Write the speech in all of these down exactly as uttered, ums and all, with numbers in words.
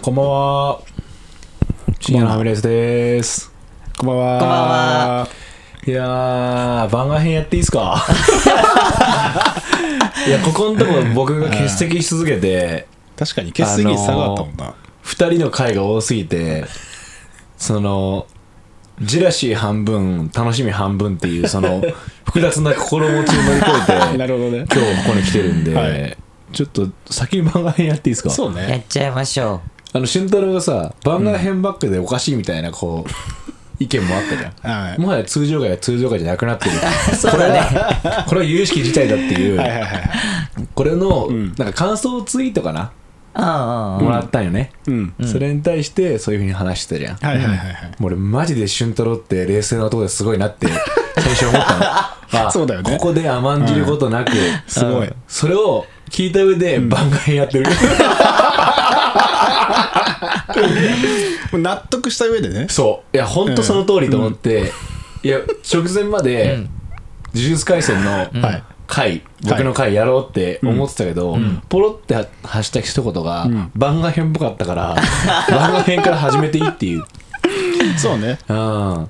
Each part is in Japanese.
こんばんは。深夜のファミレスです。 こんばんは。 こんばんは。 いやー、番外編やっていいですか？いや、ここのところ僕が欠席し続けて、 確かに欠席率下がったもんな。 ふたりの回が多すぎて、そのジェラシー半分楽しみ半分っていうその複雑な心持ちを乗り越えてなるほどね。 今日ここに来てるんで、はい、ちょっと先に番外編やっていいですか？ そうね。 やっちゃいましょう。 あの俊太郎がさ、番外編ばっかでおかしいみたいなこう、うん、意見もあったじゃん、はい、もはや通常回は通常回じゃなくなってるそうだね。 これは有識事態だっていうはいはい、はい、 これの、うん、なんか感想ツイートかな、 あもらったんよね、 うんうん、 それに対してそういう風に話してたじゃん、 はいはいはいはい、 もう俺マジで俊太郎って冷静な男ですごいなって最初思ったの。あ、 そうだよね。 ここで甘んじることなく、 すごいそれを聞いた上で番外編やってる、 うん、納得した上でね。 そういや本当その通りと思って、うん、いや直前まで、うん、呪術廻戦の回、うん、僕の回やろうって思ってたけど、うん、ポロって発した一言が、うん、番外編っぽかったから番外編から始めていいっていう。 そうね、 うん、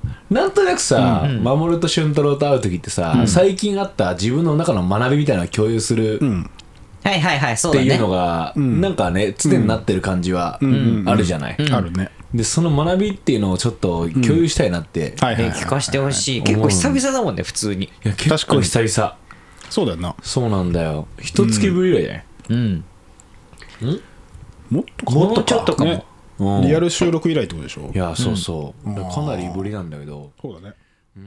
なんとなくさ、うんうん、守と俊太郎と会う時ってさ、うん、最近あった自分の中の学びみたいなのを共有する、うん、 はいはいはい、そうだねっていうのが、うん、なんかね常になってる感じはあるじゃない、 うんうんうん、あるね。 でその学びっていうのをちょっと共有したいなって、 うん、はいはいはいはい、聞かせてほしい。結構久々だもんね普通に。いや結構久々。 そうだよな。 そうなんだよ。一月ぶりぐらいじゃない、うん、 うん、もっともうちょっとかも、ね、 うん、リアル収録以来ってことでしょ。 いやそうそう、うん、かなりぶりなんだけど。 そうだね、うん、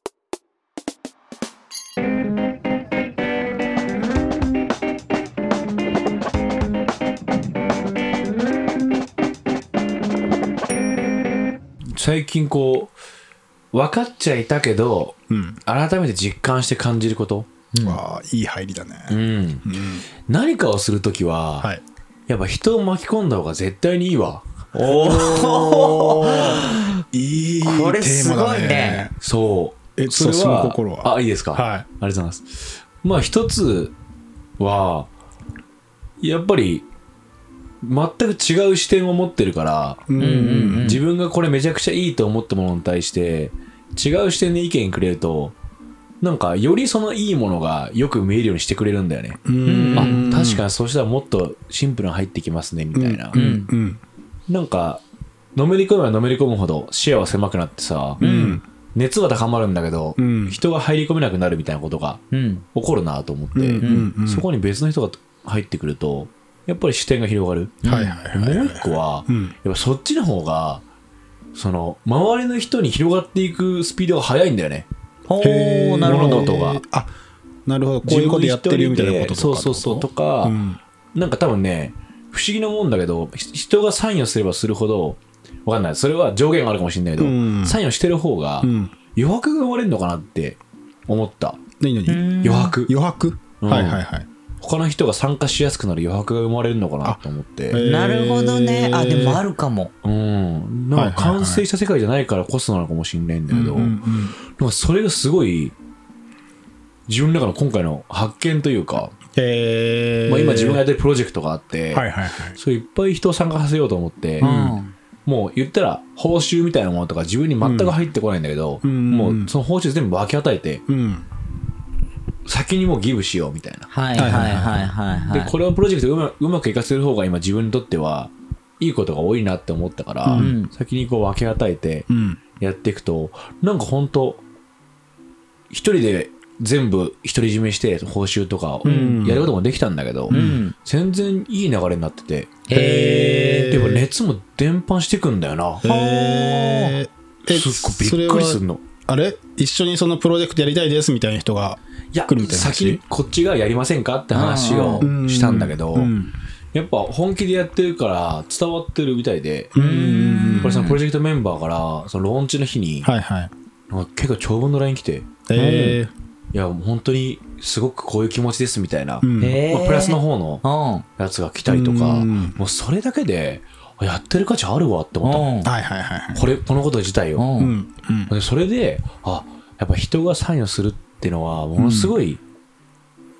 最近こう分かっちゃいたけど、うん、改めて実感して感じること、 うん、わいい入りだね、 うんうん、何かをするときは、はい、やっぱ人を巻き込んだ方が絶対にいいわ。 おーいいテーマだね。 これすごいね。 そうえそれはその心はあいいですか、はい、ありがとうございます。まあ一つはやっぱり全く違う視点を持ってるから、うんうんうん、自分がこれめちゃくちゃいいと思ったものに対して違う視点で意見くれるとなんかよりそのいいものがよく見えるようにしてくれるんだよね。うんあ確かにそうしたらもっとシンプルに入ってきますねみたいな、うんうんうん、なんかのめり込めばのめり込むほど視野は狭くなってさ、うん、熱は高まるんだけど、うん、人が入り込めなくなるみたいなことが起こるなと思って、うんうんうん、そこに別の人が入ってくるとやっぱり視点が広がる、はいはいはいはい、もう一個は、うん、やっぱそっちの方がその周りの人に広がっていくスピードが速いんだよね。 へーなるほど。 物事があなるほど、こういうことやってるよみたいなこととかそうそうそうとか、うん、なんか多分ね不思議なもんだけど人が関与すればするほどわかんない、それは上限があるかもしれないけど、うん、関与してる方が余白が生まれるのかなって思った。 何何余白余白、うん、はいはいはい。 他の人が参加しやすくなる余白が生まれるのかなと思って。 なるほどね。あでもあるかも。 うんなんか完成した世界じゃないからこそなのかもしれないんだけど、うんうんうん、なんかそれがすごい自分の中の今回の発見というか、 へまあ、今自分がやってるプロジェクトがあって、 はいはいはい、 それいっぱい人を参加させようと思って、うん、もう言ったら報酬みたいなものとか自分に全く入ってこないんだけど、うん、もうその報酬全部分け与えて、うん、先にもうギブしようみたいな。 はいはいはいはい、はい、 でこれをプロジェクトう ま, うまくいかせる方が今自分にとってはいいことが多いなって思ったから、うん、先にこう分け与えてやっていくと、うん、なんか本当一人で全部独り占めして報酬とかやることもできたんだけど、うん、全然いい流れになってて、 へーでも熱も伝播してくんだよな。 へーすっごいびっくりするの。 あれ一緒にそのプロジェクトやりたいですみたいな人が来るみたいな話。 先にこっちがやりませんかって話をしたんだけど、うん、やっぱ本気でやってるから伝わってるみたいで、うん、これそのプロジェクトメンバーからそのローンチの日に、はいはい、結構長文の ライン 来て、 えーいや本当にすごくこういう気持ちですみたいな、うんまあ、プラスの方のやつが来たりとか、うん、もうそれだけでやってる価値あるわって思ったの、うんはいはいはい、これこのこと自体を、うんうん、それであやっぱ人が参与するっていうのはものすごい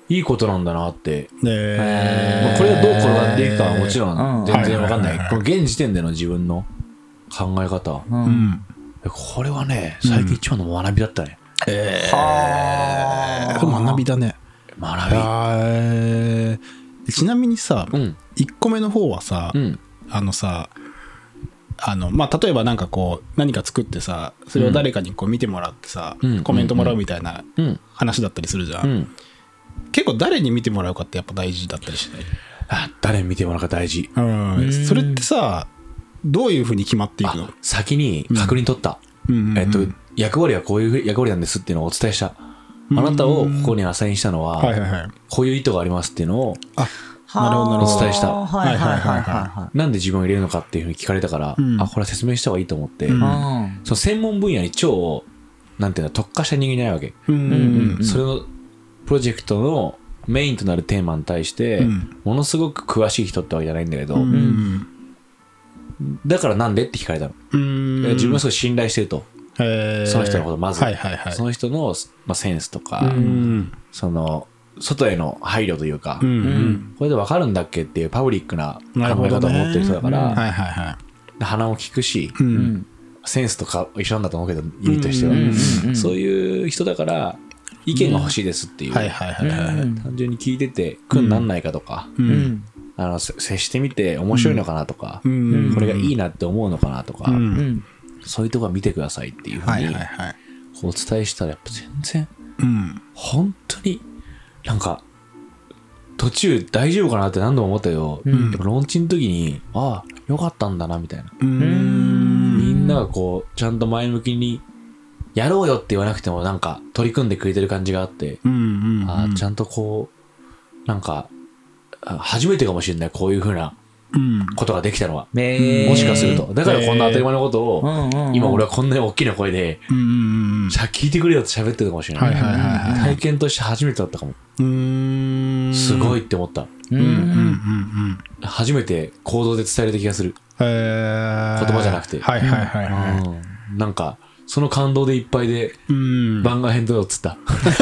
いいことなんだなって、 えまあ、これがどう転がっていくかはもちろん全然わかんない、 うんこの現時点での自分の考え方、 うんうんこれはね最近一番の学びだったね、 えー、学びだね。 学えー、ちなみにさ、 びうんいっこめの方はさ、 うんあのさあのまあ、例えばなんかこう何か作ってさそれを誰かにこう見てもらってさ、 うんコメントもらうみたいなうん話だったりするじゃん、 うん結構誰に見てもらうかってやっぱ大事だったりしない？ あ誰に見てもらうか大事。 うんそれってさどういうふうに決まっていくの？ あ先に確認取った、 うんうんうんえっと役割はこういう役割なんですっていうのをお伝えした。あなたをここにアサインしたのははいはいはいこういう意図がありますっていうのをあなるほどなるほどお伝えしたはいはいはいはいはなんで自分を入れるのかっていうふうに聞かれたから、 うんあこれは説明した方がいいと思って、 うんい。うんその専門分野に超なんていうの特化した人間じゃないわけ、 うんうんうんそれのプロジェクトのメインとなるテーマに対して、 うんものすごく詳しい人ってわけじゃないんだけど、 うんうんだからなんでって聞かれたの、 うん自分はすごい信頼してると、 へーその人のことまず、 はいはいはいその人の、まあ、センスとか、 うんその外への配慮というか、 うんうんこれで分かるんだっけっていうパブリックな考えなるほどね方を持ってる人だから、 はいはいは鼻を聞くし、 いうんセンスとか一緒なんだと思うけど意味としては、 うんうんうんそういう人だから意見が欲しいですっていう、 はいはいはいはいうん単純に聞いてて苦になんないかとか、 ううんんあのせ接してみて面白いのかなとか、 うんこれがいいなって思うのかなとか、 うんうんそういうところ見てくださいっていうふうはいにはいはいお伝えしたらやっぱ全然うん本当になんか途中大丈夫かなって何度も思ったけど、 うんやっぱローンチの時にああよかったんだなみたいな、 うんみんながこうちゃんと前向きにやろうよって言わなくてもなんか取り組んでくれてる感じがあって、 うんうんああちゃんとこうなんかあ初めてかもしれないこういう風なうんことができたのは、 えーもしかするとだからこんな当たり前のことを、 うんうんうん今俺はこんなに大きな声でうんうんうんじゃあ聞いてくれよって喋ってるかもしれない、 はいはいはいはい体験として初めてだったかも、 うーんすごいって思った、 うんうんうんうん初めて行動で伝えれた気がする、 へー言葉じゃなくてはいはいはいはいうん、なんかその感動でいっぱいでうん番外編と映った、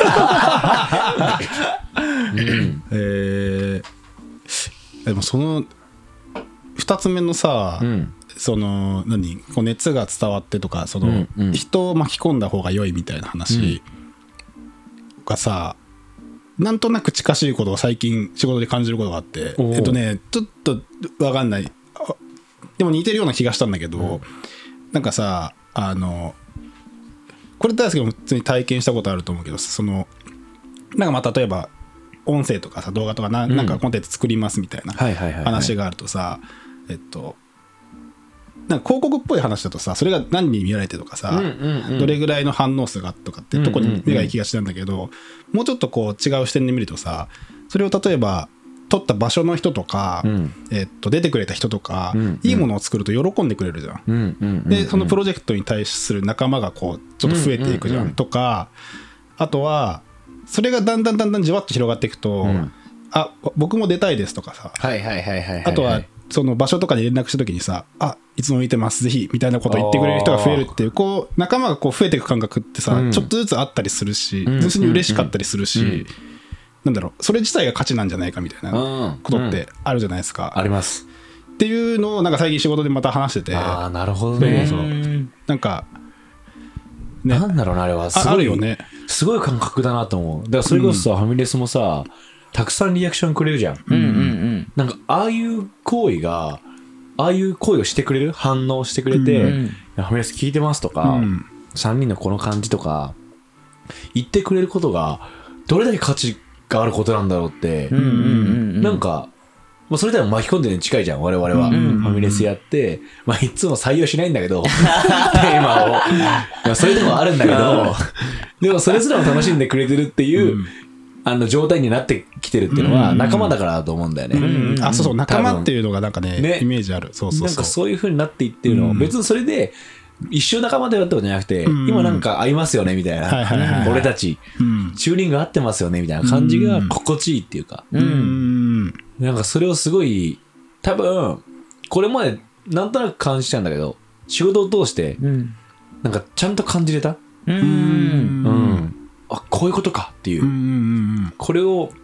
うんえーでもその二つ目のさ、 うんその何こう熱が伝わってとかその、 うんうん人を巻き込んだ方が良いみたいな話がさ、なんとなく近しいことを最近仕事で感じることがあっておうえっとねちょっと分かんないあでも似てるような気がしたんだけど、 うんなんかさあのこれ大好きも普通に体験したことあると思うけどそのなんかまあ例えば音声とかさ動画とかな,、 うんなんかコンテンツ作りますみたいなはいはいはいはい話があるとさ、えっとなんか広告っぽい話だとさそれが何に見られてとかさ、 うんうんうんどれぐらいの反応数がとかってとこに目が行きがちなんだけど、もうちょっとこう違う視点で見るとさそれを例えば撮った場所の人とか、 うんえっと出てくれた人とか、 うんうんいいものを作ると喜んでくれるじゃん。 うんうんうんでそのプロジェクトに対する仲間がこうちょっと増えていくじゃん、 うんうんうんとかあとはそれがだんだんだんだんじわっと広がっていくと、 うんあ僕も出たいですとかさ、 はいはいはいはいいいあとはその場所とかで連絡した時にさあいつも見てますぜひみたいなことを言ってくれる人が増えるっていうこう仲間がこう増えていく感覚ってさ、 うんちょっとずつあったりするしうん純粋に嬉しかったりするし、 うんなんだろうそれ自体が価値なんじゃないかみたいなうんことってあるじゃないですか、 ありますっていうのをなんか最近仕事でまた話しててああなるほどねそううんなんかねなんだろうなあれはすあごいあるよねすごい感覚だなと思うだからそれこそさ、ファミレスもさたくさんリアクションくれるじゃん、 うんうんなんかああいう行為がああいう行為をしてくれる反応してくれて、 うんいやファミレス聞いてますとか、 うんさんにんのこの感じとか言ってくれることがどれだけ価値があることなんだろうって、 うんうんうんなんか、まあ、それでも巻き込んでるに近いじゃん我々は、 うんうんうんファミレスやって、まあ、いつも採用しないんだけどテーマを、まあ、それでもあるんだけどでもそれすらも楽しんでくれてるっていう、 うんあの状態になってきてるっていうのは仲間だからだと思うんだよね、 うんうんあそうそう仲間っていうのがなんかねねイメージあるそうそうそうなんかそういう風になっていってるのを、 うん別にそれで一生仲間だよってことじゃなくて、 うん今なんか合いますよねみたいな、 はいはいはいはい俺たちうんチューニング合ってますよねみたいな感じが心地いいっていうか、 ううんんなんかそれをすごい多分これまでなんとなく感じたんだけど仕事を通してうんなんかちゃんと感じれた、 ううんうんあこういうことかっていう、 うんうんこれを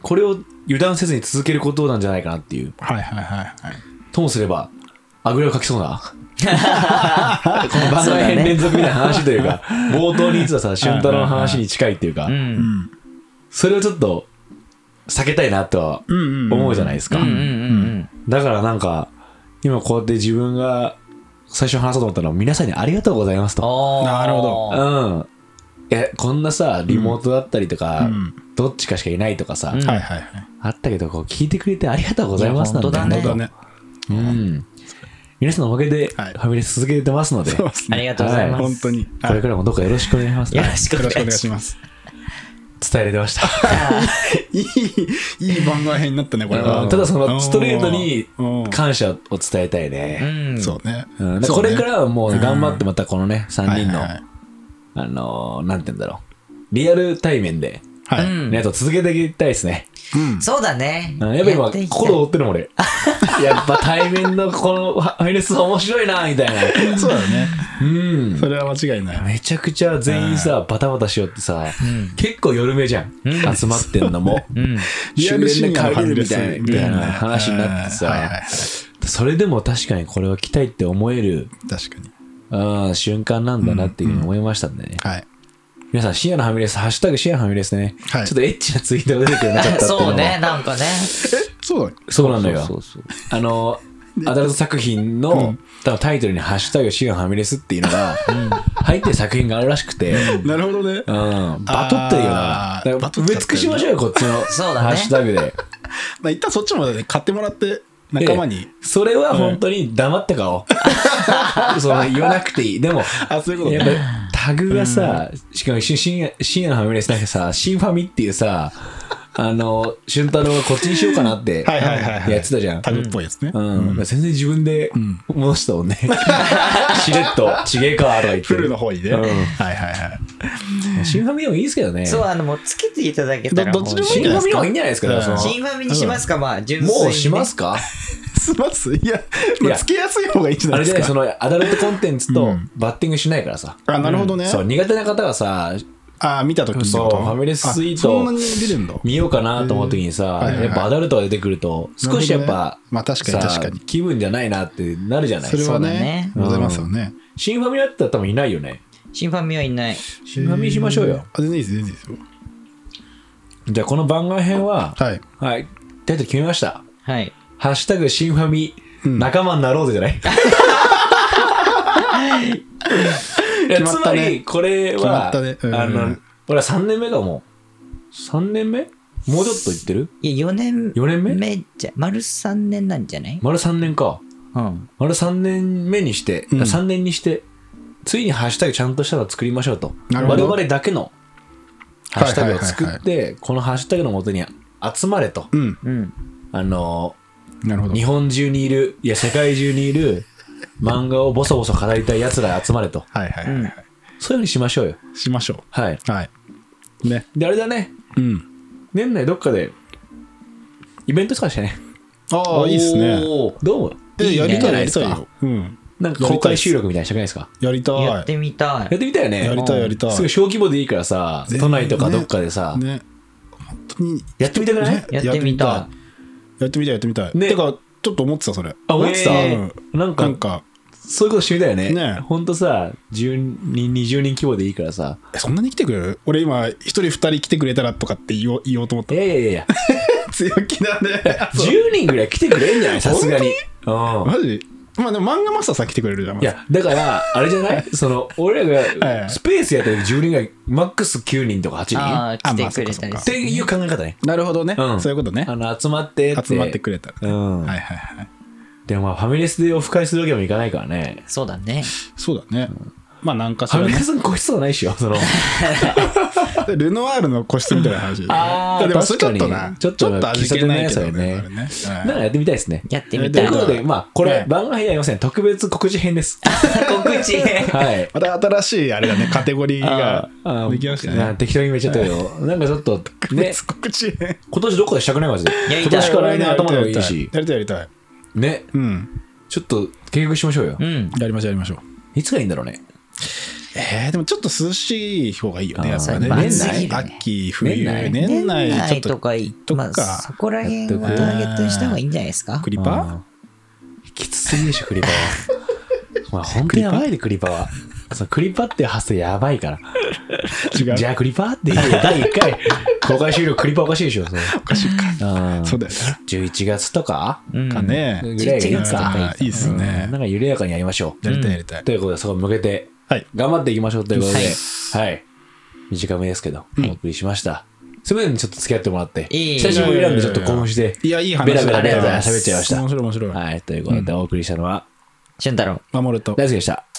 これを油断せずに続けることなんじゃないかなっていう。 はいはいはいはい。 ともすればあぐらをかきそうなこの番外編連続みたいな話というか、冒頭に言ってたさ俊太郎の話に近いっていうか、 うん、 それをちょっと避けたいなとは思うじゃないですか。だからなんか今こうやって自分が最初話そうと思ったのは、皆さんにありがとうございますと。 なるほど。 うん。いやこんなさリモートだったりとか、うん、どっちかしかいないとかさ、うん、あったけどこう聞いてくれてありがとうございますなんてね。 本当だね。 うん。皆さんのおかげでファミレス続けてますので、 はい、ありがとうございます。 はい、本当に。 これからもどうかよろしくお願いします、 ね。よろしくお願いします。 伝えれてました。 いい、いい番外編になったね、これは。 ただそのストレートに感謝を伝えたいね。 うん、そうね。 うん、これからはもう頑張ってまたこのね、さんにんの、あのー、なんて言うんだろう。リアル対面で、はい。ね、あと続けていきたいですね。 うん、そうだね。 やっぱ今、心折ってるもん俺。やっぱ対面のこのファミレス面白いな、みたいな。 そうだね。 うん。 それは間違いない。 めちゃくちゃ全員さ、バタバタしようってさ、結構夜目じゃん。集まってんのも。終電で帰れるみたいな、みたいな話になってさ、それでも確かにこれは来たいって思える、 確かに。瞬間なんだなっていうふうに思いましたんでね。はい。皆さん、深夜のファミレス、ハッシュタグ深夜のファミレスね、はい、ちょっとエッチなツイートが出てくるようになっちゃったっていうのそうね、なんかね。 え、そうだそうなんだよ。そうそうそうあの、アダルト作品の、うん、多分タイトルにハッシュタグ深夜のファミレスっていうのが、入ってる作品があるらしくて。 なるほどね。 うん。バトってるよな。埋め尽くしましょうよ、こっちのハッシュタグで。 まあ一旦そっちも買ってもらって。仲間に、 それは本当に黙って買おう。その言わなくていい。でも、 あ、そういうことね。 やっぱタグがさ、しかも深夜深夜のファミレスなんかさ、新ファミっていうさ、あの、俊太郎がこっちにしようかなってやってたじゃん。 タグっぽいやつね。 うん。全然自分で戻したもんね。しれっと、ちげえかとか言って。 フルの方にね。はいはいはい。 新ファミでもいいですけどね。 そう、あの、もうつけていただけたら。 どっちでもいいんじゃないですか。新ファミの方がいいんじゃないですか。 新ファミにしますか、まあ、純粋に。 もうしますかしますいや、まあ、つけやすい方がいいんじゃないですか。 あれじゃない、そのアダルトコンテンツとバッティングしないからさ。 あ、なるほどね。 そう、苦手な方がさ、 あ、見たときにそう、ファミレススイート見ようかなと思うときにさ、やっぱアダルトが出てくると、少しやっぱ、 まあ確かに確かに。 気分じゃないなってなるじゃない。 それはね、ございますよね。 新ファミだったら多分いないよね。 新ファミはいない。 新ファミしましょうよ。 あ、全然いいです、全然いいですよ。 じゃあこの番外編は、はい。はい。タイトル決めました。 はい。 ハッシュタグ新ファミ、仲間になろうぜじゃない。いやつまりこれは、ねうん、あの俺はさんねんめかもさんねんめもうちょっといってるいやよねんよねんめじゃ丸さんねんなんじゃない丸さんねんか、うん、丸さんねんめにして、うん、さんねんにしてついにハッシュタグちゃんとしたのを作りましょうと我々だけのハッシュタグを作って、はいはいはいはい、このハッシュタグのもとに集まれと、うん、あのなるほど日本中にいるいや世界中にいる漫画をボソボソ語りたい奴ら集まれと。はいはいはい、はいうん。そういうふうにしましょうよ。 しましょう。 はい。はい。ね。で、あれだね。うん。年内どっかで、イベントとかしてね。 ああ、いいっすね。 どうも。 いいやりたいやりたいよ。 うん。なんか公開収録みたいにしたくないですかやりたい。 やってみたい。 やってみたいよね。 やりたいやりたい。 すごい小規模でいいからさ、都内とかどっかでさ。ね。本当に。やってみたくない、 ね、やってみたい。 やってみたいやってみたい。ね。てか、ちょっと思ってたそれ。 あ、思ってた、えー、なんか。 なんかそういうことしてみたよね。ねほんとさ、じゅうにん、にじゅうにん規模でいいからさ。 そんなに来てくれる？俺今、一人二人来てくれたらとかって言おう、言おうと思った。 いやいやいや強気だね。 じゅうにんぐらい来てくれんじゃないさすがに。 マジまあでも漫画マスターさん来てくれるじゃん。 いや、だから、あれじゃないその、俺らがスペースやった時じゅうにんぐらい、マックスきゅうにんとかはちにんああ、来てくれたりっていう考え方ね。 なるほどね。うん、そういうことね。 あの、集まってって。 集まってくれたら、ね。うん。はいはいはい。 でもまあファミレスでオフ会するわけにもいかないからね。 そうだね。 そうだね。うん、まあなんかファミレスの個室はないっしょ。そのルノワールの個室みたいな話。 ああ、 でもそれちょっとな。 ちょっと味気ないけどね。なんかやってみたいですね。 やってみたい。 ということで、まあこれ番外編やりません。特別告知編です。 告知編。 はい。 また新しいあれだね、カテゴリーができましたね。 適当に言っちゃったけど、なんかちょっとね、 告知編。 今年どこでしたくないマジで。今年から来年頭でもいいし。 やりたいやりたい。 ね。うん。ちょっと計画しましょうよ。 うん。やりましょうやりましょう。 いつがいいんだろうね。 えー、でもちょっと涼しい方がいいよね、やっぱね。 年内、秋、冬、年内ちょっととかいい。まあ、そこら辺をターゲットにした方がいいんじゃないですか。 クリパきつすぎでしょ、クリパは。まあ、本当にやばいで、クリパは。そのクリパっていう発想やばいから。 違う。 じゃあクリパっていうだいいっかい公開終了クリパおかしいでしょ。それおかしいか。そうだよね。 じゅういちがつとかかね。 ぐらいがいいか。 いいっすね。 なんか緩やかにやりましょう。 やりたいやりたい。 ということで、そこに向けて頑張っていきましょうということで、はい。短めですけど、お送りしました。すべてにちょっと付き合ってもらって、久しぶりなんでちょっと興奮して、 いや、いい話ベラベラベラベラ喋っちゃいました。 面白い面白い。 はい。ということで、お送りしたのは、 俊太郎。 守ると。 大好きでした。